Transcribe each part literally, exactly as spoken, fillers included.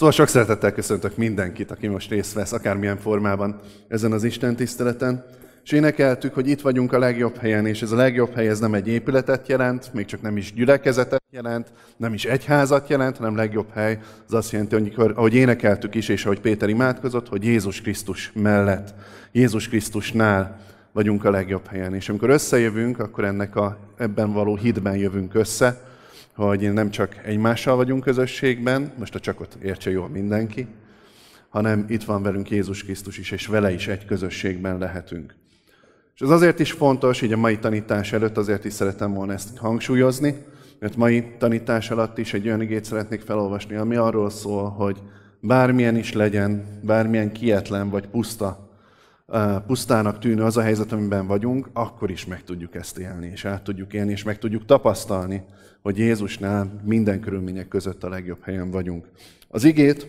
Szóval sok szeretettel köszöntök mindenkit, aki most részt vesz akármilyen formában ezen az Isten tiszteleten. És énekeltük, hogy itt vagyunk a legjobb helyen, és ez a legjobb hely ez nem egy épületet jelent, még csak nem is gyülekezetet jelent, nem is egyházat jelent, hanem legjobb hely. Az azt jelenti, hogy ahogy énekeltük is, és ahogy Péter imádkozott, hogy Jézus Krisztus mellett, Jézus Krisztusnál vagyunk a legjobb helyen. És amikor összejövünk, akkor ennek a, ebben való hitben jövünk össze, hogy nem csak egymással vagyunk közösségben, most a csakot értse jól mindenki, hanem itt van velünk Jézus Krisztus is, és vele is egy közösségben lehetünk. És ez azért is fontos, így a mai tanítás előtt azért is szeretem volna ezt hangsúlyozni, mert mai tanítás alatt is egy olyan igét szeretnék felolvasni, ami arról szól, hogy bármilyen is legyen, bármilyen kietlen vagy puszta, pusztának tűnő az a helyzet, amiben vagyunk, akkor is meg tudjuk ezt élni, és át tudjuk élni, és meg tudjuk tapasztalni, hogy Jézusnál minden körülmények között a legjobb helyen vagyunk. Az igét,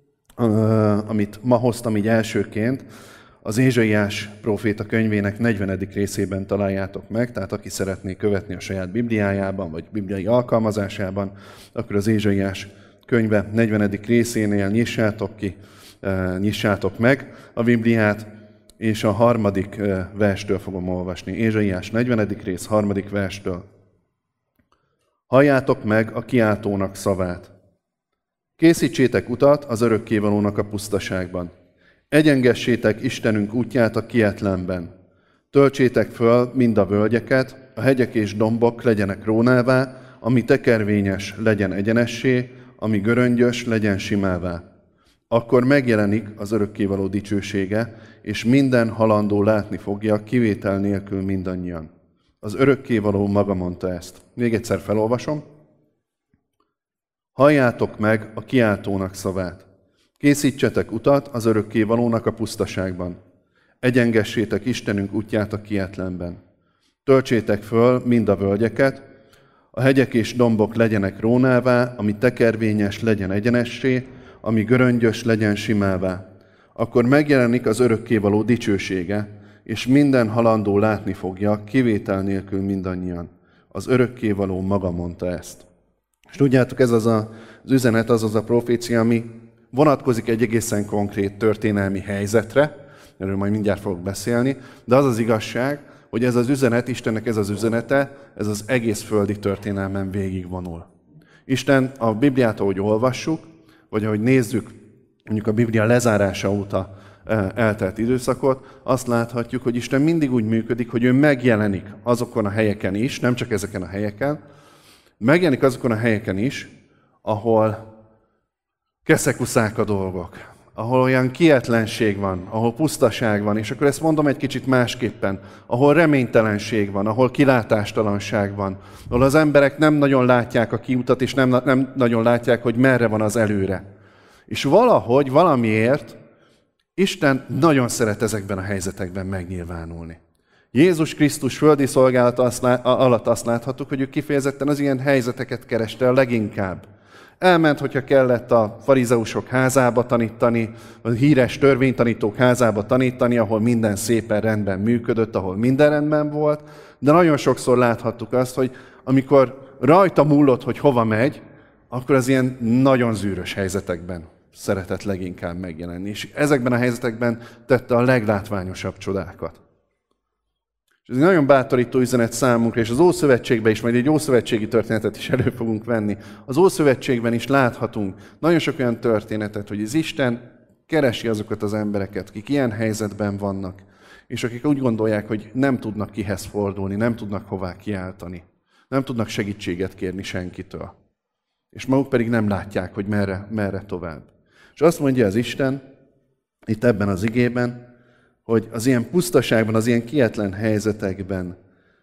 amit ma hoztam így elsőként, az Ézsaiás próféta könyvének negyvenedik részében találjátok meg, tehát aki szeretné követni a saját Bibliájában, vagy bibliai alkalmazásában, akkor az Ézsaiás könyve negyvenedik részénél nyissátok ki, nyissátok meg a Bibliát, és a harmadik verstől fogom olvasni. Ézsaiás negyvenedik rész, harmadik verstől. Halljátok meg a kiáltónak szavát. Készítsétek utat az örökkévalónak a pusztaságban. Egyengessétek Istenünk útját a kietlenben. Töltsétek föl mind a völgyeket, a hegyek és dombok legyenek rónává, ami tekervényes legyen egyenessé, ami göröngyös legyen simává. Akkor megjelenik az örökkévaló dicsősége, és minden halandó látni fogja, kivétel nélkül mindannyian. Az örökkévaló maga mondta ezt. Még egyszer felolvasom. Halljátok meg a kiáltónak szavát. Készítsetek utat az örökkévalónak a pusztaságban. Egyengessétek Istenünk útját a kietlenben. Töltsétek föl mind a völgyeket, a hegyek és dombok legyenek rónává, ami tekervényes legyen egyenessé, ami göröngyös legyen simává. Akkor megjelenik az örökkévaló dicsősége, és minden halandó látni fogja, kivétel nélkül mindannyian. Az örökkévaló maga mondta ezt. És tudjátok, ez az a, az üzenet, az az a profécia, ami vonatkozik egy egészen konkrét történelmi helyzetre, erről majd mindjárt fogok beszélni, de az az igazság, hogy ez az üzenet, Istennek ez az üzenete, ez az egész földi történelmen végigvonul. Isten a Bibliát, ahogy olvassuk, vagy ahogy nézzük, mondjuk a Biblia lezárása óta eltelt időszakot, azt láthatjuk, hogy Isten mindig úgy működik, hogy ő megjelenik azokon a helyeken is, nem csak ezeken a helyeken, megjelenik azokon a helyeken is, ahol keszekuszák a dolgok, ahol olyan kietlenség van, ahol pusztaság van, és akkor ezt mondom egy kicsit másképpen, ahol reménytelenség van, ahol kilátástalanság van, ahol az emberek nem nagyon látják a kiutat, és nem, nem nagyon látják, hogy merre van az előre. És valahogy, valamiért Isten nagyon szeret ezekben a helyzetekben megnyilvánulni. Jézus Krisztus földi szolgálata alatt azt láthattuk, hogy ő kifejezetten az ilyen helyzeteket kereste a leginkább. Elment, hogyha kellett a farizeusok házába tanítani, a híres törvénytanítók házába tanítani, ahol minden szépen rendben működött, ahol minden rendben volt, de nagyon sokszor láthattuk azt, hogy amikor rajta múlott, hogy hova megy, akkor az ilyen nagyon zűrös helyzetekben szeretett leginkább megjelenni. És ezekben a helyzetekben tette a leglátványosabb csodákat. És ez egy nagyon bátorító üzenet számunkra, és az Ószövetségben is, majd egy ószövetségi történetet is elő fogunk venni. Az Ószövetségben is láthatunk nagyon sok olyan történetet, hogy az Isten keresi azokat az embereket, akik ilyen helyzetben vannak, és akik úgy gondolják, hogy nem tudnak kihez fordulni, nem tudnak hová kiáltani, nem tudnak segítséget kérni senkitől. És maguk pedig nem látják, hogy merre, merre tovább. És azt mondja az Isten, itt ebben az igében, hogy az ilyen pusztaságban, az ilyen kietlen helyzetekben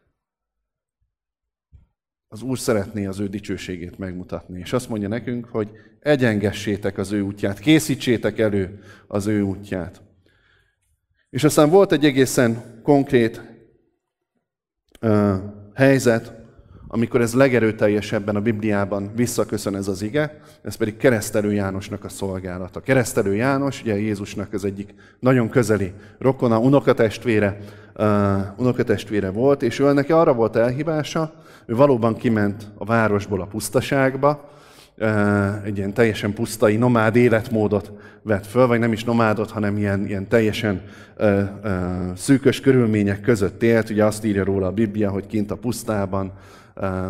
az Úr szeretné az ő dicsőségét megmutatni. És azt mondja nekünk, hogy egyengessétek az ő útját, készítsétek elő az ő útját. És aztán volt egy egészen konkrét uh, helyzet, amikor ez legerőteljesebben a Bibliában visszaköszön ez az ige, ez pedig Keresztelő Jánosnak a szolgálata. Keresztelő János, ugye Jézusnak az egyik nagyon közeli rokona, unokatestvére, uh, unokatestvére volt, és ő neki arra volt elhívása, ő valóban kiment a városból a pusztaságba, egy ilyen teljesen pusztai, nomád életmódot vett föl, vagy nem is nomádot, hanem ilyen, ilyen teljesen ö, ö, szűkös körülmények között élt. Ugye azt írja róla a Biblia, hogy kint a pusztában ö,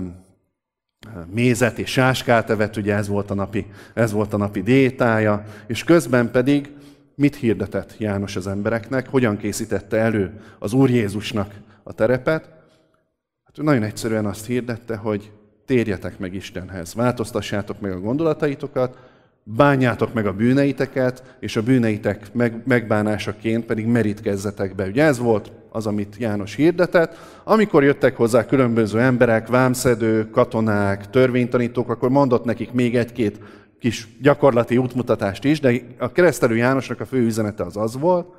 mézet és sáskát evett, ugye ez volt a napi, ez volt a napi diétája, és közben pedig mit hirdetett János az embereknek, hogyan készítette elő az Úr Jézusnak a terepet? Hát nagyon egyszerűen azt hirdette, hogy térjetek meg Istenhez, változtassátok meg a gondolataitokat, bánjátok meg a bűneiteket, és a bűneitek meg, megbánásaként pedig merítkezzetek be. Ugye ez volt az, amit János hirdetett. Amikor jöttek hozzá különböző emberek, vámszedők, katonák, törvénytanítók, akkor mondott nekik még egy-két kis gyakorlati útmutatást is, de a keresztelő Jánosnak a fő üzenete az az volt,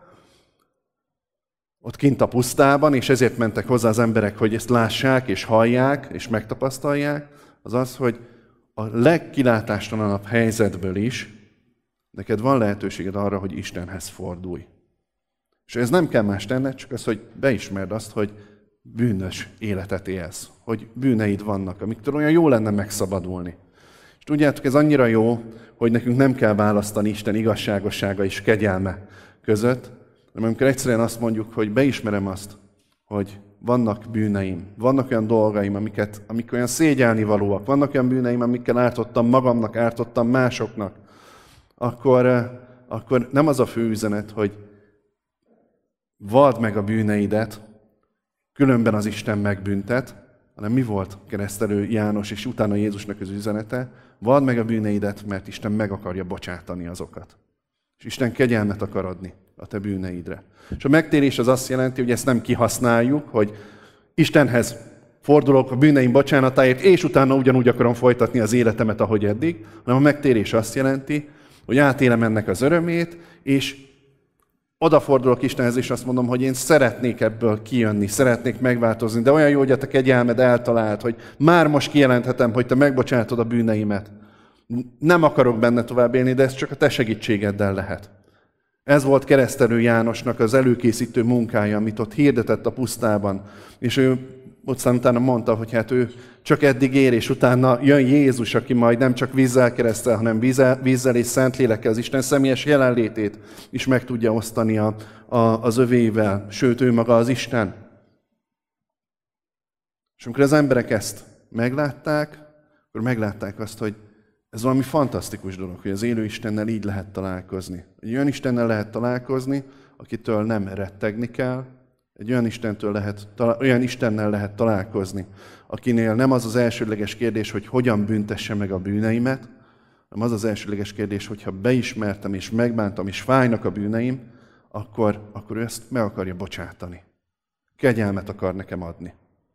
ott kint a pusztában, és ezért mentek hozzá az emberek, hogy ezt lássák, és hallják, és megtapasztalják, az az, hogy a legkilátástalanabb helyzetből is neked van lehetőséged arra, hogy Istenhez fordulj. És ez nem kell más tenned, csak az, hogy beismerd azt, hogy bűnös életet élsz, hogy bűneid vannak, amiktől olyan jó lenne megszabadulni. És tudjátok, ez annyira jó, hogy nekünk nem kell választani Isten igazságossága és kegyelme között, hanem amikor egyszerűen azt mondjuk, hogy beismerem azt, hogy vannak bűneim, vannak olyan dolgaim, amiket, amik olyan szégyelni valóak, vannak olyan bűneim, amikkel ártottam magamnak, ártottam másoknak, akkor, akkor nem az a fő üzenet, hogy vald meg a bűneidet, különben az Isten megbüntet, hanem mi volt keresztelő János és utána Jézusnak az üzenete? Vald meg a bűneidet, mert Isten meg akarja bocsátani azokat. És Isten kegyelmet akar adni a te bűneidre. És a megtérés az azt jelenti, hogy ezt nem kihasználjuk, hogy Istenhez fordulok a bűneim bocsánatáért, és utána ugyanúgy akarom folytatni az életemet, ahogy eddig, hanem a megtérés azt jelenti, hogy átélem ennek az örömét, és odafordulok Istenhez, és azt mondom, hogy én szeretnék ebből kijönni, szeretnék megváltozni, de olyan jó, hogy a te kegyelmed eltalált, hogy már most kijelenthetem, hogy te megbocsátod a bűneimet. Nem akarok benne tovább élni, de ez csak a te segítségeddel lehet. Ez volt keresztelő Jánosnak az előkészítő munkája, amit ott hirdetett a pusztában. És ő ott utána mondta, hogy hát ő csak eddig ér, és utána jön Jézus, aki majd nem csak vízzel keresztel, hanem vízzel, vízzel és Szentlélekkel az Isten személyes jelenlétét is meg tudja osztani a, a, az övével, sőt, ő maga az Isten. És amikor az emberek ezt meglátták, akkor meglátták azt, hogy ez valami fantasztikus dolog, hogy az élő Istennel így lehet találkozni. Egy olyan Istennel lehet találkozni, akitől nem rettegni kell, egy olyan, Istentől lehet, olyan Istennel lehet találkozni, akinél nem az az elsődleges kérdés, hogy hogyan büntesse meg a bűneimet, hanem az az elsődleges kérdés, hogyha beismertem és megbántam és fájnak a bűneim, akkor, akkor ő ezt meg akarja bocsátani. Kegyelmet akar nekem adni.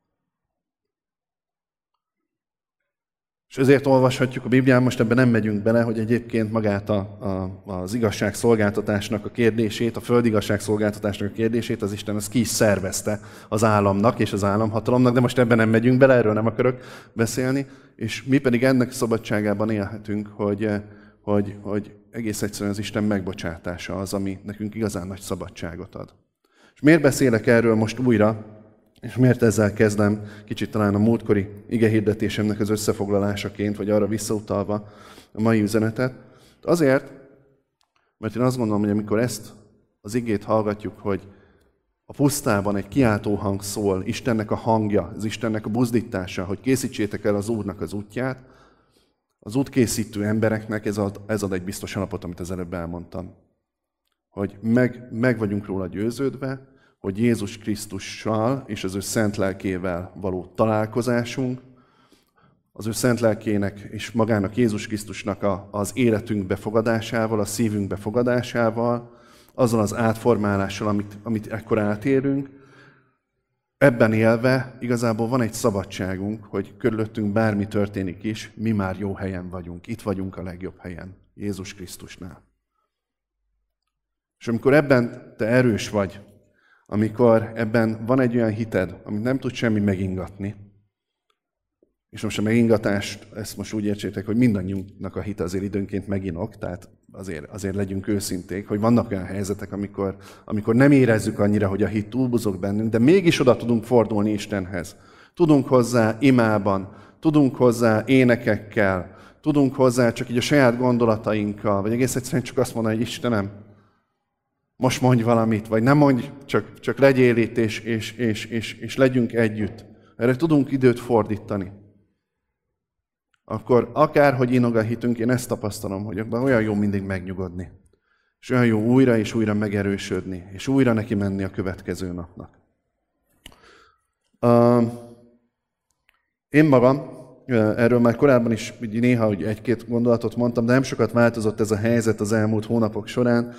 És ezért olvashatjuk a Biblián, most ebben nem megyünk bele, hogy egyébként magát a, a, az igazságszolgáltatásnak a kérdését, a földi igazságszolgáltatásnak a kérdését az Isten az ki is szervezte az államnak és az államhatalomnak, de most ebben nem megyünk bele, erről nem akarok beszélni, és mi pedig ennek szabadságában élhetünk, hogy, hogy, hogy egész egyszerűen az Isten megbocsátása az, ami nekünk igazán nagy szabadságot ad. És miért beszélek erről most újra? És miért ezzel kezdem, kicsit talán a múltkori igehirdetésemnek az összefoglalásaként, vagy arra visszautalva a mai üzenetet? Azért, mert én azt gondolom, hogy amikor ezt az igét hallgatjuk, hogy a pusztában egy kiáltó hang szól, Istennek a hangja, az Istennek a buzdítása, hogy készítsétek el az Úrnak az útját, az útkészítő embereknek ez ad, ez ad egy biztos alapot, amit az előbb elmondtam. Hogy meg, meg vagyunk róla győződve, hogy Jézus Krisztussal és az ő szent lelkével való találkozásunk, az ő szent lelkének és magának Jézus Krisztusnak a, az életünk befogadásával, a szívünk befogadásával, azzal az átformálással, amit, amit ekkor átérünk, ebben élve igazából van egy szabadságunk, hogy körülöttünk bármi történik is, mi már jó helyen vagyunk. Itt vagyunk a legjobb helyen, Jézus Krisztusnál. És amikor ebben te erős vagy, amikor ebben van egy olyan hited, amit nem tud semmi megingatni, és most a megingatást, ezt most úgy értsétek, hogy mindannyiunknak a hite azért időnként meginog, tehát azért, azért legyünk őszinték, hogy vannak olyan helyzetek, amikor, amikor nem érezzük annyira, hogy a hit túlbuzog bennünk, de mégis oda tudunk fordulni Istenhez. Tudunk hozzá imában, tudunk hozzá énekekkel, tudunk hozzá csak így a saját gondolatainkkal, vagy egész egyszerűen csak azt mondani, hogy Istenem, most mondj valamit, vagy nem mondj, csak, csak legyél itt, és, és, és, és, és legyünk együtt. Erre tudunk időt fordítani. Akkor akárhogy inog a hitünk, én ezt tapasztalom, hogy abban olyan jó mindig megnyugodni. És olyan jó újra és újra megerősödni, és újra neki menni a következő napnak. Uh, én magam, erről már korábban is néha hogy egy-két gondolatot mondtam, de nem sokat változott ez a helyzet az elmúlt hónapok során.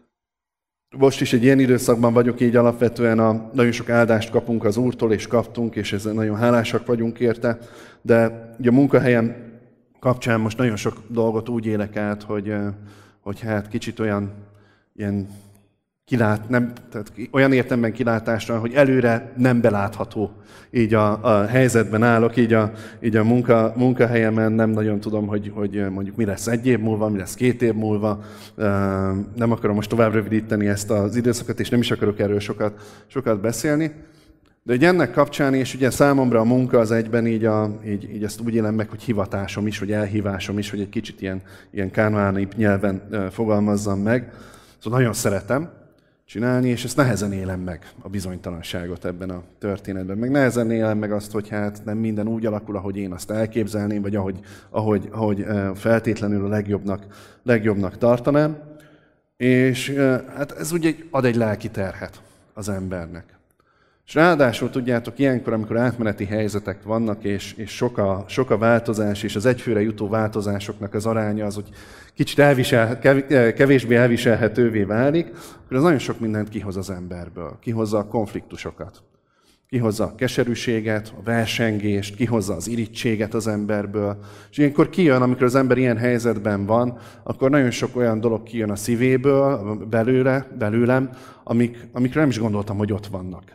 Most is egy ilyen időszakban vagyok, így alapvetően a, nagyon sok áldást kapunk az Úrtól, és kaptunk, és ezzel nagyon hálásak vagyunk érte, de ugye a munkahelyem kapcsán most nagyon sok dolgot úgy élek át, hogy, hogy hát kicsit olyan ilyen kilát, nem, tehát olyan értelemben kilátásra, hogy előre nem belátható. Így a, a helyzetben állok, így a, így a munka, munkahelyemen nem nagyon tudom, hogy, hogy mondjuk mi lesz egy év múlva, mi lesz két év múlva. Nem akarom most tovább rövidíteni ezt az időszakot, és nem is akarok erről sokat, sokat beszélni. De ugye ennek kapcsán, és ugye számomra a munka az egyben így, a, így, így ezt úgy élem meg, hogy hivatásom is, vagy elhívásom is, hogy egy kicsit ilyen, ilyen kánaáni nyelven fogalmazzam meg. Szóval nagyon szeretem csinálni, és ezt nehezen élem meg, a bizonytalanságot ebben a történetben. Meg nehezen élem meg azt, hogy hát nem minden úgy alakul, ahogy én azt elképzelném, vagy ahogy, ahogy, ahogy feltétlenül a legjobbnak, legjobbnak tartanám. És hát ez ugye ad egy lelki terhet az embernek. És ráadásul tudjátok, ilyenkor, amikor átmeneti helyzetek vannak, és, és sok, a, sok a változás, és az egyfőre jutó változásoknak az aránya az, hogy kicsit elvisel, kevésbé elviselhetővé válik, akkor az nagyon sok mindent kihoz az emberből. Kihozza a konfliktusokat, kihozza a keserűséget, a versengést, kihozza az irítséget az emberből. És ilyenkor kijön, amikor az ember ilyen helyzetben van, akkor nagyon sok olyan dolog kijön a szívéből, belőle, belőlem, amik, amikre nem is gondoltam, hogy ott vannak.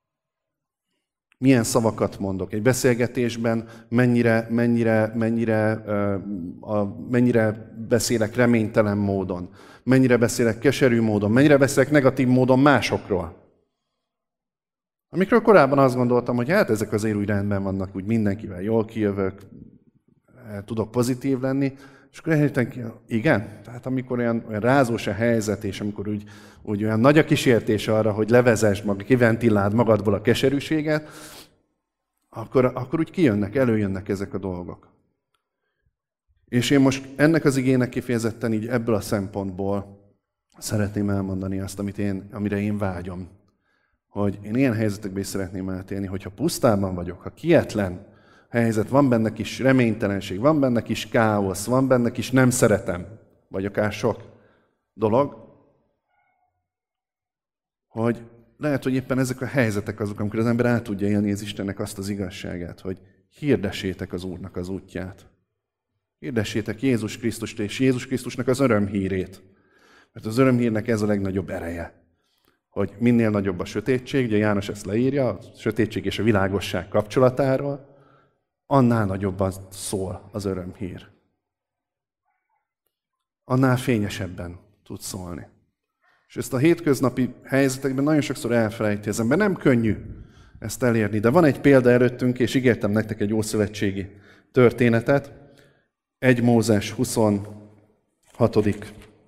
Milyen szavakat mondok egy beszélgetésben, mennyire, mennyire, mennyire, a, mennyire beszélek reménytelen módon, mennyire beszélek keserű módon, mennyire beszélek negatív módon másokról. Amikről korábban azt gondoltam, hogy hát ezek azért úgy rendben vannak, úgy mindenkivel jól kijövök, tudok pozitív lenni, és akkor elhelyeztem ki, igen, tehát amikor olyan, olyan rázós a helyzet, és amikor úgy, úgy olyan nagy a kísértés arra, hogy levezesd magad, kiventiláld magadból a keserűséget, akkor, akkor úgy kijönnek, előjönnek ezek a dolgok. És én most ennek az igének kifejezetten így ebből a szempontból szeretném elmondani azt, amit én, amire én vágyom. Hogy én ilyen helyzetekben is szeretném átélni, hogyha pusztában vagyok, ha kietlen helyzet, van benne kis reménytelenség, van benne kis káosz, van benne kis nem szeretem, vagy akár sok dolog, hogy lehet, hogy éppen ezek a helyzetek azok, amikor az ember át tudja élni az Istennek azt az igazságát, hogy hirdessétek az Úrnak az útját. Hirdessétek Jézus Krisztust és Jézus Krisztusnak az örömhírét. Mert az örömhírnek ez a legnagyobb ereje. Hogy minél nagyobb a sötétség, ugye János ezt leírja, a sötétség és a világosság kapcsolatáról, annál nagyobban szól az örömhír. Annál fényesebben tud szólni. És ezt a hétköznapi helyzetekben nagyon sokszor elfelejti az ember. Nem könnyű ezt elérni, de van egy példa előttünk, és ígértem nektek egy ószövetségi történetet. egy Mózes huszonhatodik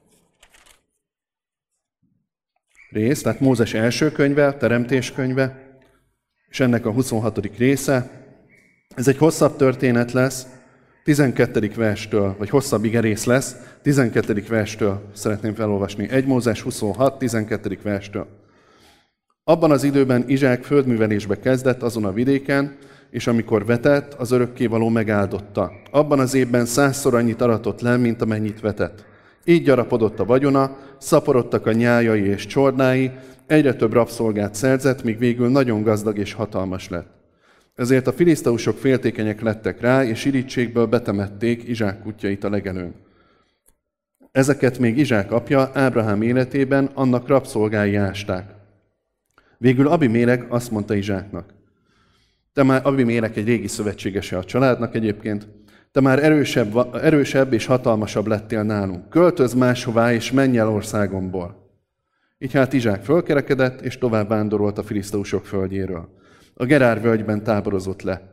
rész, tehát Mózes első könyve, Teremtés könyve, és ennek a huszonhatodik része. Ez egy hosszabb történet lesz, tizenkettedik verstől, vagy hosszabb igerész lesz, tizenkettedik verstől szeretném felolvasni. egy Mózes huszonhat, tizenkettedik verstől. Abban az időben Izsák földművelésbe kezdett azon a vidéken, és amikor vetett, az örökkévaló megáldotta. Abban az évben százszor annyit aratott le, mint amennyit vetett. Így gyarapodott a vagyona, szaporodtak a nyájai és csornái, egyre több rabszolgát szerzett, míg végül nagyon gazdag és hatalmas lett. Ezért a filiszteusok féltékenyek lettek rá, és irítségből betemették Izsák kutyait a legelőn. Ezeket még Izsák apja Ábrahám életében annak rabszolgái ásták. Végül Abimélek azt mondta Izsáknak: te már, Abimélek egy régi szövetségese a családnak egyébként, te már erősebb, erősebb és hatalmasabb lettél nálunk. Költözz máshová, és menj el országomból. Így hát Izsák fölkerekedett, és tovább vándorolt a filiszteusok földjéről. A Gerár völgyben táborozott le.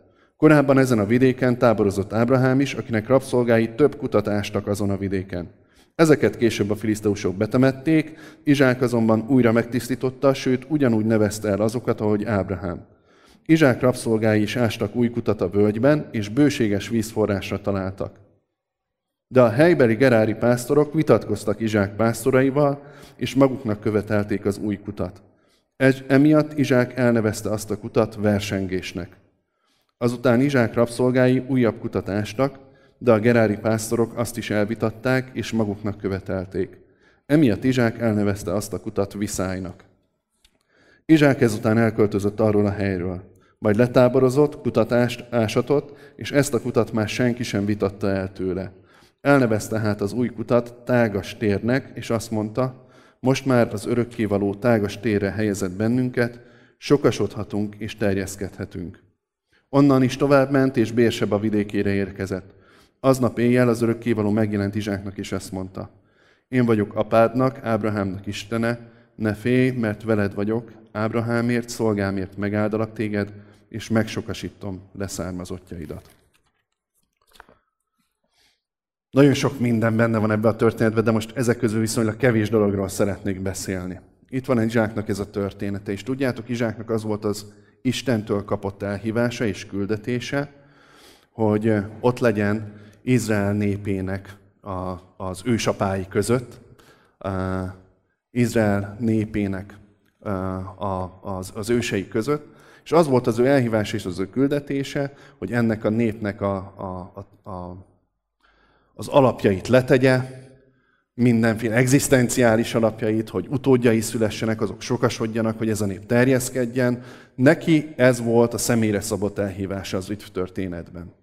Korábban ezen a vidéken táborozott Ábrahám is, akinek rabszolgái több kutat ástak azon a vidéken. Ezeket később a filiszteusok betemették, Izsák azonban újra megtisztította, sőt ugyanúgy nevezte el azokat, ahogy Ábrahám. Izsák rabszolgái is ástak új kutat a völgyben, és bőséges vízforrásra találtak. De a helybeli gerári pásztorok vitatkoztak Izsák pásztoraival, és maguknak követelték az új kutat. Emiatt Izsák elnevezte azt a kutat versengésnek. Azután Izsák rabszolgái újabb kutat ástak, de a gerári pásztorok azt is elvitatták, és maguknak követelték. Emiatt Izsák elnevezte azt a kutat Viszálynak. Izsák ezután elköltözött arról a helyről. Majd letáborozott, kutatást ásatott, és ezt a kutat már senki sem vitatta el tőle. Elnevezte hát az új kutat Tágas térnek, és azt mondta, most már az örökkévaló tágas térre helyezett bennünket, sokasodhatunk és terjeszkedhetünk. Onnan is továbbment, és Bérseba vidékére érkezett. Aznap éjjel az örökkévaló megjelent Izsáknak, és ezt mondta. Én vagyok apádnak, Ábrahámnak Istene, ne félj, mert veled vagyok, Ábrahámért, szolgámért megáldalak téged, és megsokasítom leszármazottjaidat. Nagyon sok minden benne van ebben a történetben, de most ezek közül viszonylag kevés dologról szeretnék beszélni. Itt van Izsáknak ez a története, és tudjátok, Izsáknak az volt az Istentől kapott elhívása és küldetése, hogy ott legyen Izrael népének a, az ősapái között, Izrael népének az, az ősei között, és az volt az ő elhívása és az ő küldetése, hogy ennek a népnek a, a, a, a, az alapjait letegye, mindenféle egzisztenciális alapjait, hogy utódjai szülessenek, azok sokasodjanak, hogy ez a nép terjeszkedjen. Neki ez volt a személyre szabott elhívása az üdv történetben.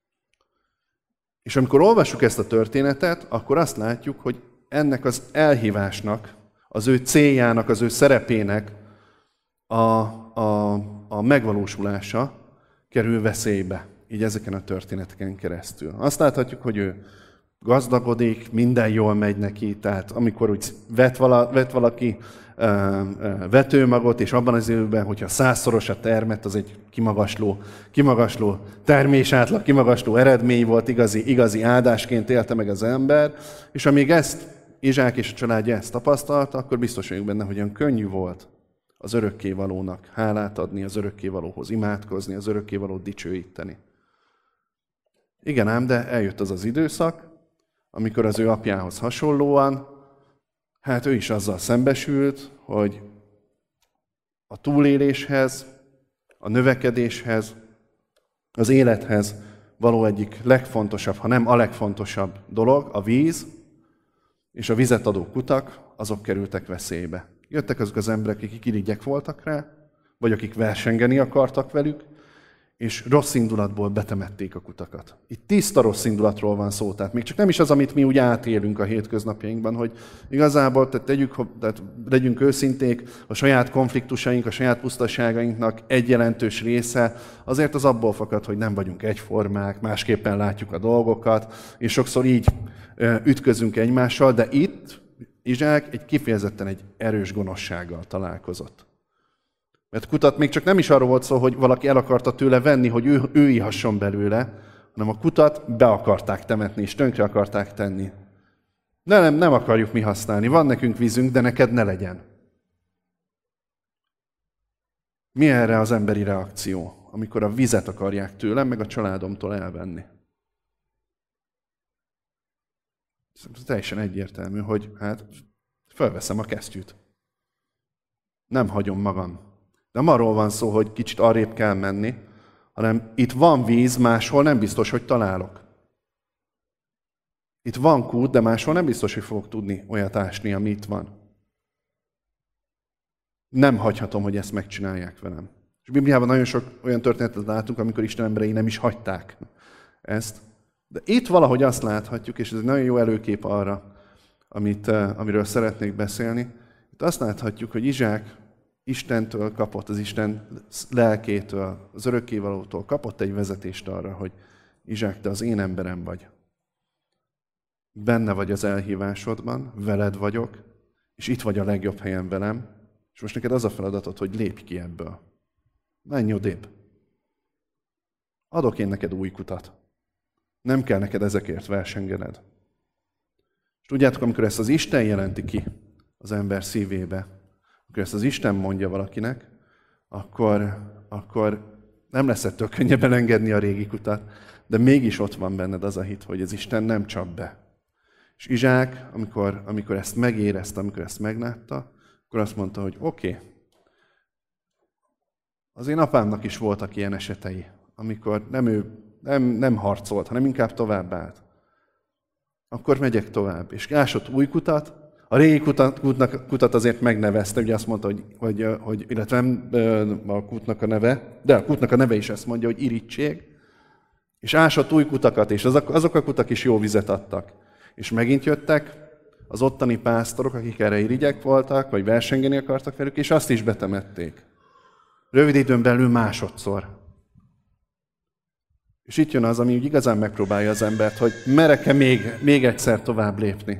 És amikor olvassuk ezt a történetet, akkor azt látjuk, hogy ennek az elhívásnak, az ő céljának, az ő szerepének a, a, a megvalósulása kerül veszélybe, így ezeken a történeteken keresztül. Azt láthatjuk, hogy ő gazdagodik, minden jól megy neki, tehát amikor úgy vet, vala, vet valaki uh, uh, vetőmagot, és abban az időben, hogyha százszoros a termet, az egy kimagasló, kimagasló termésátlag, kimagasló eredmény volt, igazi, igazi áldásként élte meg az ember, és amíg ezt Izsák és a családja ezt tapasztalta, akkor biztos vagyunk benne, hogy olyan könnyű volt az örökkévalónak hálát adni, az örökkévalóhoz imádkozni, az örökkévalót dicsőíteni. Igen ám, de eljött az az időszak, amikor az ő apjához hasonlóan, hát ő is azzal szembesült, hogy a túléléshez, a növekedéshez, az élethez való egyik legfontosabb, ha nem a legfontosabb dolog, a víz, és a vizet adó kutak, azok kerültek veszélybe. Jöttek azok az emberek, akik irigyek voltak rá, vagy akik versengeni akartak velük, és rossz indulatból betemették a kutakat. Itt tiszta rossz indulatról van szó, tehát még csak nem is az, amit mi úgy átélünk a hétköznapjainkban, hogy igazából tehát tegyük, tehát legyünk őszinték, a saját konfliktusaink, a saját pusztaságainknak egy jelentős része azért az abból fakad, hogy nem vagyunk egyformák, másképpen látjuk a dolgokat, és sokszor így ütközünk egymással, de itt Izsák egy kifejezetten egy erős gonoszsággal találkozott. Mert kutat még csak nem is arról volt szó, hogy valaki el akarta tőle venni, hogy ő, ő ihasson belőle, hanem a kutat be akarták temetni, és tönkre akarták tenni. De nem, nem akarjuk mi használni. Van nekünk vízünk, de neked ne legyen. Mi erre az emberi reakció, amikor a vizet akarják tőlem, meg a családomtól elvenni? Szerintem teljesen egyértelmű, hogy hát felveszem a kesztyűt. Nem hagyom magam. Nem arról van szó, hogy kicsit arrébb kell menni, hanem itt van víz, máshol nem biztos, hogy találok. Itt van kút, de máshol nem biztos, hogy fogok tudni olyat ásni, ami itt van. Nem hagyhatom, hogy ezt megcsinálják velem. És a Bibliában nagyon sok olyan történetet látunk, amikor Isten emberei nem is hagyták ezt. De itt valahogy azt láthatjuk, és ez egy nagyon jó előkép arra, amit, amiről szeretnék beszélni. Itt azt láthatjuk, hogy Izsák Istentől kapott, az Isten lelkétől, az örökkévalótól kapott egy vezetést arra, hogy Izsák, te az én emberem vagy. Benne vagy az elhívásodban, veled vagyok, és itt vagy a legjobb helyen velem, és most neked az a feladatod, hogy lépj ki ebből. Menj odébb. adok én neked új kutat. Nem kell neked ezekért versengened. És tudjátok, amikor ezt az Isten jelenti ki az ember szívébe, amikor ezt az Isten mondja valakinek, akkor, akkor nem lesz ettől könnyebb elengedni a régi kutat, de mégis ott van benned az a hit, hogy az Isten nem csap be. És Izsák, amikor, amikor ezt megérezte, amikor ezt meglátta, akkor azt mondta, hogy oké, okay, az én apámnak is voltak ilyen esetei, amikor nem ő nem, nem harcolt, hanem inkább tovább állt. Akkor megyek tovább. És ásott új kutat, a régi kutat, kutnak, kutat azért megnevezte, ugye azt mondta, hogy, hogy, hogy illetve nem a kutnak a neve, de a kutnak a neve is ezt mondja, hogy irigység. És ásott új kutakat, és azok, azok a kutak is jó vizet adtak. És megint jöttek az ottani pásztorok, akik erre irigyek voltak, vagy versengeni akartak velük, és azt is betemették. Rövid időn belül másodszor. És itt jön az, ami úgy igazán megpróbálja az embert, hogy merek-e még, még egyszer tovább lépni.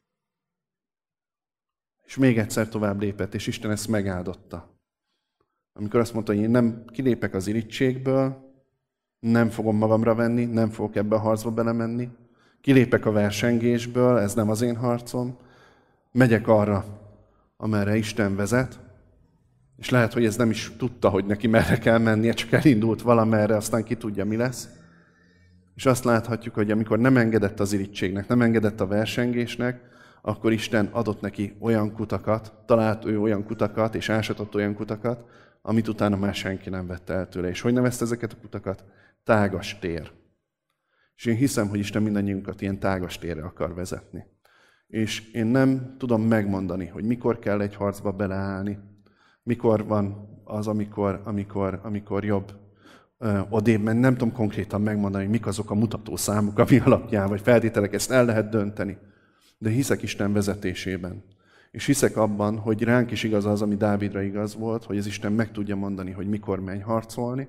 És még egyszer tovább lépett, és Isten ezt megáldotta. Amikor azt mondta, hogy én nem kilépek az irigységből, nem fogom magamra venni, nem fogok ebbe a harcba belemenni, kilépek a versengésből, ez nem az én harcom, megyek arra, amerre Isten vezet, és lehet, hogy ez nem is tudta, hogy neki merre kell mennie, csak elindult valamerre, aztán ki tudja, mi lesz. És azt láthatjuk, hogy amikor nem engedett az irigységnek, nem engedett a versengésnek, akkor Isten adott neki olyan kutakat, talált ő olyan kutakat, és ásatott olyan kutakat, amit utána már senki nem vette el tőle. És hogy nevezte ezeket a kutakat? Tágas tér. És én hiszem, hogy Isten mindannyiunkat ilyen tágas térre akar vezetni. És én nem tudom megmondani, hogy mikor kell egy harcba beleállni, mikor van az, amikor, amikor, amikor jobb ö, odébb menni. Nem tudom konkrétan megmondani, hogy mik azok a mutatószámok, ami alapján, vagy feltételek, ezt el lehet dönteni. De hiszek Isten vezetésében. És hiszek abban, hogy ránk is igaz az, ami Dávidra igaz volt, hogy az Isten meg tudja mondani, hogy mikor menj harcolni.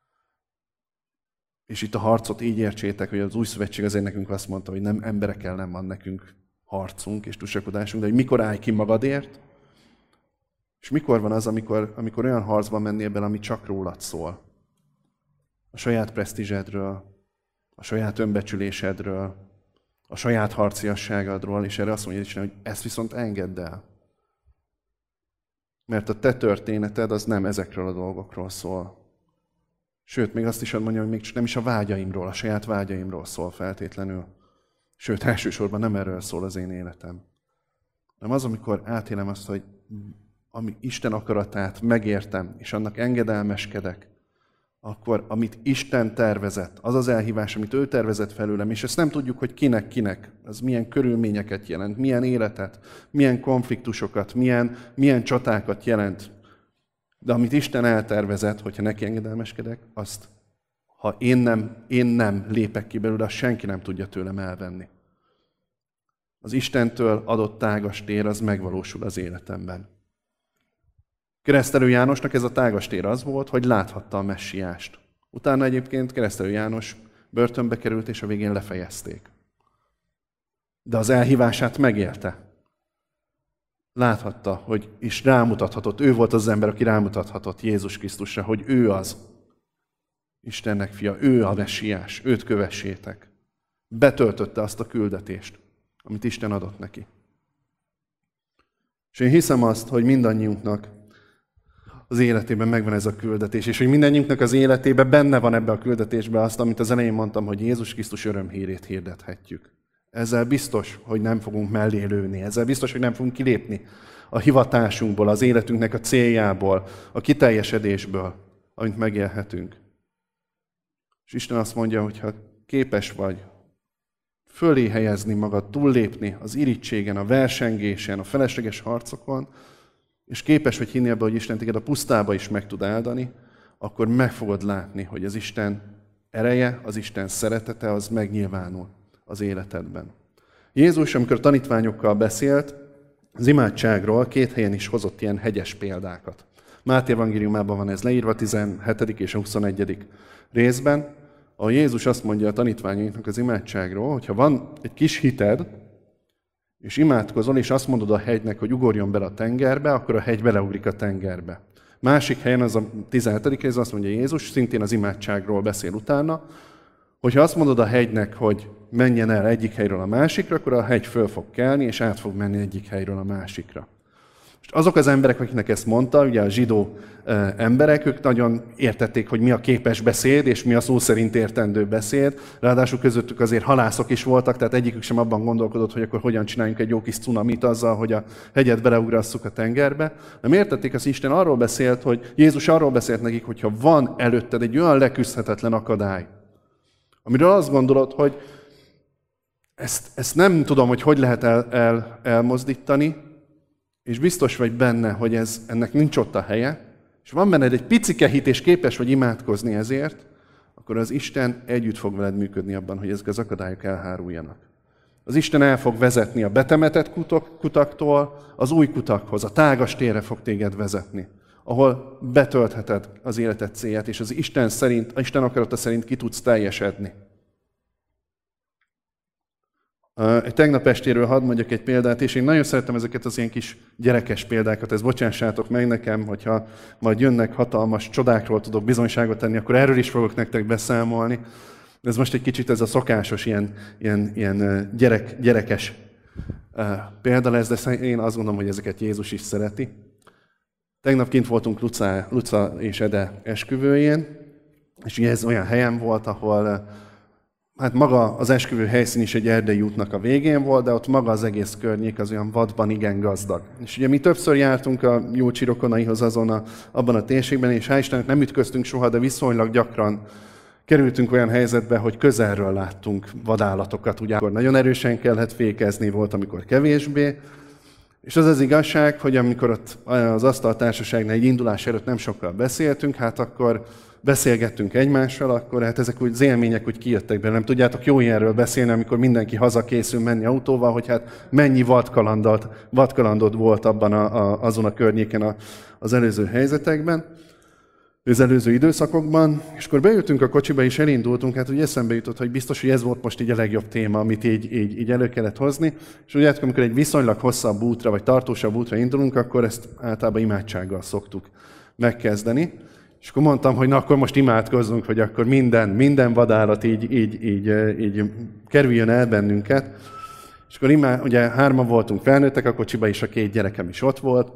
És itt a harcot így értsétek, hogy az új szövetség azért nekünk azt mondta, hogy nem emberek ellen van nekünk harcunk és tusakodásunk, de hogy mikor állj ki magadért, és mikor van az, amikor, amikor olyan harcba mennél bele, ami csak rólad szól. A saját presztízsedről, a saját önbecsülésedről, a saját harciasságadról, és erre azt mondja Isten, hogy ezt viszont engedd el. Mert a te történeted az nem ezekről a dolgokról szól. Sőt, még azt is mondja, hogy még nem is a vágyaimról, a saját vágyaimról szól feltétlenül. Sőt, elsősorban nem erről szól az én életem. Nem az, amikor átélem azt, hogy ami Isten akaratát megértem, és annak engedelmeskedek, akkor amit Isten tervezett, az az elhívás, amit ő tervezett felőlem, és ezt nem tudjuk, hogy kinek-kinek, az milyen körülményeket jelent, milyen életet, milyen konfliktusokat, milyen, milyen csatákat jelent. De amit Isten eltervezett, hogyha neki engedelmeskedek, azt, ha én nem, én nem lépek ki belőle, azt senki nem tudja tőlem elvenni. Az Istentől adott tágas tér, az megvalósul az életemben. Keresztelő Jánosnak ez a tágas tér az volt, hogy láthatta a messiást. Utána egyébként Keresztelő János börtönbe került, és a végén lefejezték. De az elhívását megélte. Láthatta, hogy és rámutathatott, ő volt az ember, aki rámutathatott Jézus Krisztusra, hogy ő az Istennek fia, ő a messiás, őt kövessétek. Betöltötte azt a küldetést, amit Isten adott neki. És én hiszem azt, hogy mindannyiunknak az életében megvan ez a küldetés, és hogy mindannyiunknak az életében benne van ebbe a küldetésbe azt, amit az elején mondtam, hogy Jézus Krisztus örömhírét hirdethetjük. Ezzel biztos, hogy nem fogunk mellé lőni, ezzel biztos, hogy nem fogunk kilépni a hivatásunkból, az életünknek a céljából, a kiteljesedésből, amit megélhetünk. És Isten azt mondja, hogy ha képes vagy fölé helyezni magad, túllépni az irigységen, a versengésen, a felesleges harcokon, és képes vagy hinni abba, hogy Isten téged a pusztába is meg tud áldani, akkor meg fogod látni, hogy az Isten ereje, az Isten szeretete, az megnyilvánul az életedben. Jézus, amikor a tanítványokkal beszélt, az imádságról két helyen is hozott ilyen hegyes példákat. Máté evangéliumában van ez leírva, tizenhetedik és a huszonegyedik részben, ahol Jézus azt mondja a tanítványainknak az imádságról, hogy ha van egy kis hited, és imádkozol, és azt mondod a hegynek, hogy ugorjon bele a tengerbe, akkor a hegy beleugrik a tengerbe. Másik helyen, az a tizenhetedik rész, azt mondja Jézus, szintén az imádságról beszél utána, hogyha azt mondod a hegynek, hogy menjen el egyik helyről a másikra, akkor a hegy föl fog kelni, és át fog menni egyik helyről a másikra. És azok az emberek, akiknek ezt mondta, ugye a zsidó e, emberek, ők nagyon értették, hogy mi a képes beszéd, és mi a szó szerint értendő beszéd. Ráadásul közöttük azért halászok is voltak, tehát egyikük sem abban gondolkodott, hogy akkor hogyan csináljunk egy jó kis cunamit azzal, hogy a hegyet beleugrasszuk a tengerbe. Nem értették, az Isten arról beszélt, hogy Jézus arról beszélt nekik, hogyha van előtted egy olyan leküzdhetetlen akadály, amiről azt gondolod, hogy ezt, ezt nem tudom, hogy hogy lehet el, el, elmozdítani, és biztos vagy benne, hogy ez, ennek nincs ott a helye, és van benned egy picike hit, és képes vagy imádkozni ezért, akkor az Isten együtt fog veled működni abban, hogy ezek az akadályok elháruljanak. Az Isten el fog vezetni a betemetett kutok, kutaktól az új kutakhoz, a tágas térre fog téged vezetni, ahol betöltheted az életed célját, és az Isten szerint, az Isten akarata szerint ki tudsz teljesedni. Egy tegnap estéről hadd mondjak egy példát, és én nagyon szeretem ezeket az ilyen kis gyerekes példákat, ezt bocsássátok meg nekem, hogyha majd jönnek hatalmas csodákról tudok bizonyságot tenni, akkor erről is fogok nektek beszámolni. Ez most egy kicsit ez a szokásos ilyen, ilyen, ilyen gyerek, gyerekes példa lesz, de én azt gondolom, hogy ezeket Jézus is szereti. Tegnap kint voltunk Luca, Luca és Ede esküvőjén, és ugye ez olyan helyen volt, ahol hát maga az esküvő helyszín is egy erdei útnak a végén volt, de ott maga az egész környék az olyan vadban igen gazdag. És ugye mi többször jártunk a Júlcsi rokonaihoz azon a, abban a térségben, és hál' Istennek nem ütköztünk soha, de viszonylag gyakran kerültünk olyan helyzetbe, hogy közelről láttunk vadállatokat. Ugye akkor nagyon erősen kellett fékezni, volt, amikor kevésbé. És az az igazság, hogy amikor ott az asztaltársaságnál egy indulás előtt nem sokkal beszéltünk, hát akkor beszélgettünk egymással, akkor hát ezek úgy az élmények úgy kijöttek belőlem. Tudjátok, jó ilyenről beszélni, amikor mindenki hazakészül menni autóval, hogy hát mennyi vadkalandot, vadkalandod volt abban a, a, azon a környéken a, az előző helyzetekben, az előző időszakokban, és akkor beültünk a kocsiba és elindultunk, hát úgy eszembe jutott, hogy biztos, hogy ez volt most így a legjobb téma, amit így, így, így elő kellett hozni, és ugye amikor egy viszonylag hosszabb útra, vagy tartósabb útra indulunk, akkor ezt általában imádsággal szoktuk megkezdeni. És akkor mondtam, hogy na akkor most imádkozzunk, hogy akkor minden, minden vadállat így, így, így, így kerüljön el bennünket. És akkor imád, ugye hárman voltunk felnőttek a kocsiba, és a két gyerekem is ott volt.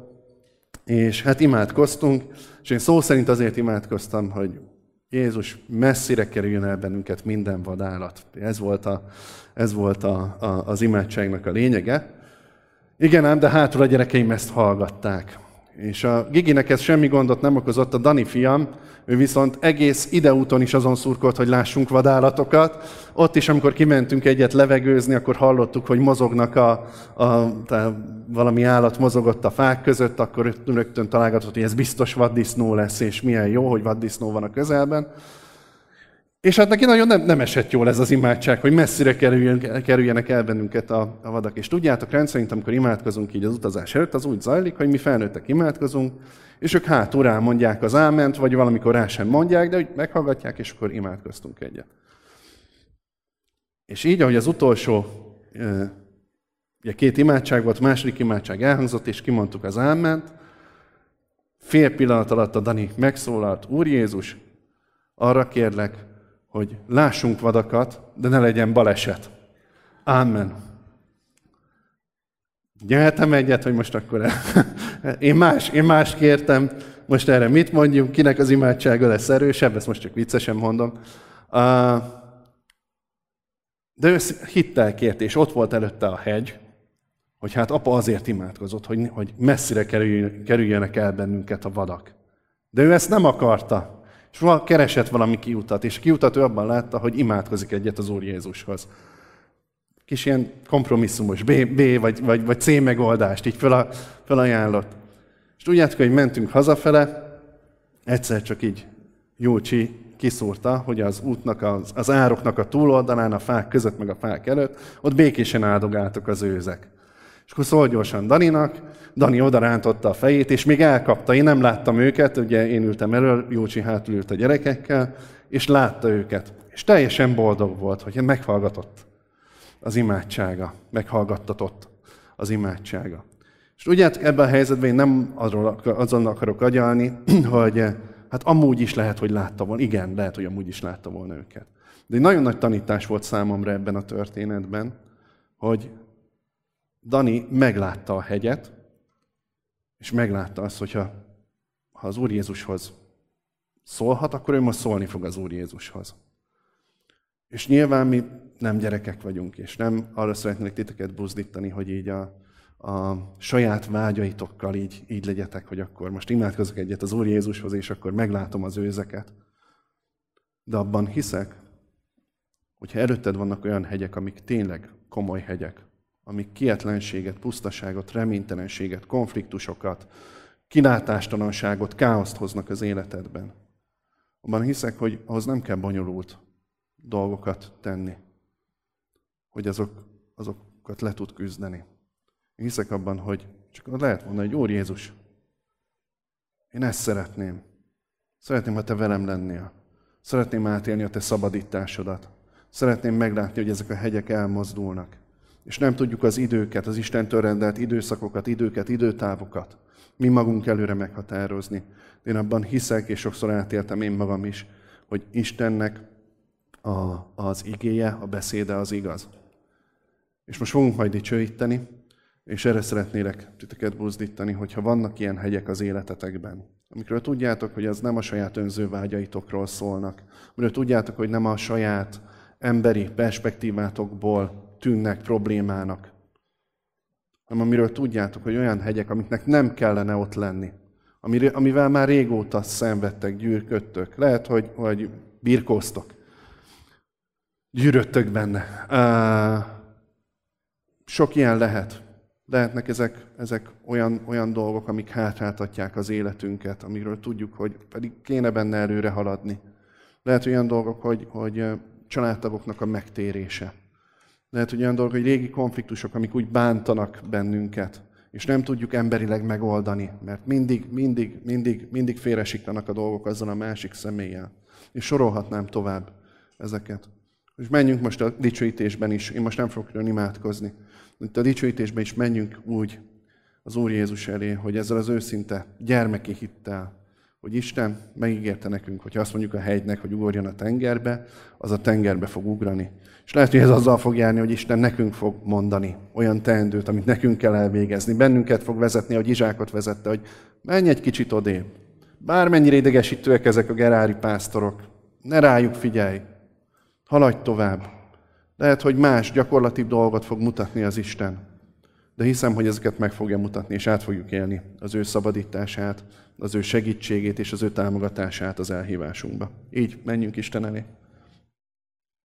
És hát imádkoztunk, és én szó szerint azért imádkoztam, hogy Jézus, messzire kerüljön el bennünket minden vadállat. Ez volt, a, ez volt a, a, az imádságnak a lényege. Igen ám, de hátul a gyerekeim ezt hallgatták. És a Giginek ez semmi gondot nem okozott, a Dani fiam, ő viszont egész ideúton is azon szurkolt, hogy lássunk vadállatokat. Ott is, amikor kimentünk egyet levegőzni, akkor hallottuk, hogy mozognak a, a valami állat mozogott a fák között, akkor rögtön találgatott, hogy ez biztos vaddisznó lesz, és milyen jó, hogy vaddisznó van a közelben. És hát neki nagyon nem, nem esett jól ez az imádság, hogy messzire kerüljön, kerüljenek el bennünket a, a vadak. És tudjátok, rendszerint, amikor imádkozunk így az utazás előtt, az úgy zajlik, hogy mi felnőttek imádkozunk, és ők hátul rá mondják az áment, vagy valamikor rá sem mondják, de úgy meghallgatják, és akkor imádkoztunk egyet. És így, ahogy az utolsó, ugye két imádság volt, második imádság elhangzott, és kimondtuk az áment, fél pillanat alatt a Dani megszólalt, Úr Jézus, arra kérlek, hogy lássunk vadakat, de ne legyen baleset. Amen. Nyeltem egyet, hogy most akkor én más, én más kértem, most erre mit mondjunk, kinek az imádsága lesz erősebb, ezt most csak viccesen mondom. De ő hittel kért, és ott volt előtte a hegy, hogy hát apa azért imádkozott, hogy, hogy messzire kerüljenek el bennünket a vadak. De ő ezt nem akarta. És keresett valami kiutat, és a kiutat ő abban látta, hogy imádkozik egyet az Úr Jézushoz. Kis ilyen kompromisszumos B, B vagy, vagy, vagy C megoldást így fel, felajánlott. És tudjátok, hogy mentünk hazafele, egyszer csak így Júlcsi kiszúrta, hogy az útnak, az, az ároknak a túloldalán, a fák között, meg a fák előtt, ott békésen áldogáltak az őzek. És akkor szól gyorsan Daninak, Dani oda rántotta a fejét, és még elkapta. Én nem láttam őket, ugye én ültem elől, Júlcsi hátul ült a gyerekekkel, és látta őket. És teljesen boldog volt, hogy meghallgatott az imádsága, meghallgattatott az imádsága. És tudjátok, ebben a helyzetben én nem arról, azon akarok agyalni, hogy hát amúgy is lehet, hogy látta volna. Igen, lehet, hogy amúgy is látta volna őket. De egy nagyon nagy tanítás volt számomra ebben a történetben, hogy Dani meglátta a hegyet, és meglátta azt, hogyha ha az Úr Jézushoz szólhat, akkor ő most szólni fog az Úr Jézushoz. És nyilván mi nem gyerekek vagyunk, és nem arra szeretnék titeket buzdítani, hogy így a, a saját vágyaitokkal így, így legyetek, hogy akkor most imádkozok egyet az Úr Jézushoz, és akkor meglátom az őzeket. De abban hiszek, hogyha előtted vannak olyan hegyek, amik tényleg komoly hegyek, amik kietlenséget, pusztaságot, reménytelenséget, konfliktusokat, kilátástalanságot, káoszt hoznak az életedben. Abban hiszek, hogy ahhoz nem kell bonyolult dolgokat tenni, hogy azok, azokat le tud küzdeni. Én hiszek abban, hogy csak lehet mondani, hogy Úr Jézus, én ezt szeretném. Szeretném, ha te velem lennél. Szeretném átélni a te szabadításodat. Szeretném meglátni, hogy ezek a hegyek elmozdulnak. És nem tudjuk az időket, az Istentől rendelt időszakokat, időket, időtávokat mi magunk előre meghatározni. Én abban hiszek, és sokszor átéltem én magam is, hogy Istennek a, az igéje, a beszéde az igaz. És most fogunk majd dicsőíteni, és erre szeretnélek titeket buzdítani, hogyha vannak ilyen hegyek az életetekben, amikről tudjátok, hogy az nem a saját önző vágyaitokról szólnak, amiről tudjátok, hogy nem a saját emberi perspektívátokból tűnnek problémának, hanem amiről tudjátok, hogy olyan hegyek, amiknek nem kellene ott lenni, amivel már régóta szenvedtek, gyűrködtök, lehet, hogy, hogy birkóztok, gyűrödtök benne. Sok ilyen lehet. Lehetnek ezek, ezek olyan, olyan dolgok, amik hátráltatják az életünket, amiről tudjuk, hogy pedig kéne benne előre haladni. Lehet olyan dolgok, hogy, hogy családtagoknak a megtérése. Lehet, hogy olyan dolgok, hogy régi konfliktusok, amik úgy bántanak bennünket, és nem tudjuk emberileg megoldani, mert mindig, mindig, mindig, mindig félresiktanak a dolgok azzal a másik személlyel. És sorolhatnám tovább ezeket. És menjünk most a dicsőítésben is, én most nem fogok külön imádkozni, de a dicsőítésben is menjünk úgy az Úr Jézus elé, hogy ezzel az őszinte gyermeki hittel, hogy Isten megígérte nekünk, hogy azt mondjuk a hegynek, hogy ugorjon a tengerbe, az a tengerbe fog ugrani. És lehet, hogy ez azzal fog járni, hogy Isten nekünk fog mondani olyan teendőt, amit nekünk kell elvégezni. Bennünket fog vezetni, ahogy Izsákot vezette, hogy menj egy kicsit odébb. Bármennyire idegesítőek ezek a gerári pásztorok, ne rájuk figyelj, haladj tovább. Lehet, hogy más, gyakorlatibb dolgot fog mutatni az Isten. De hiszem, hogy ezeket meg fogja mutatni, és át fogjuk élni az ő szabadítását, az ő segítségét és az ő támogatását az elhívásunkba. Így menjünk Isten elé.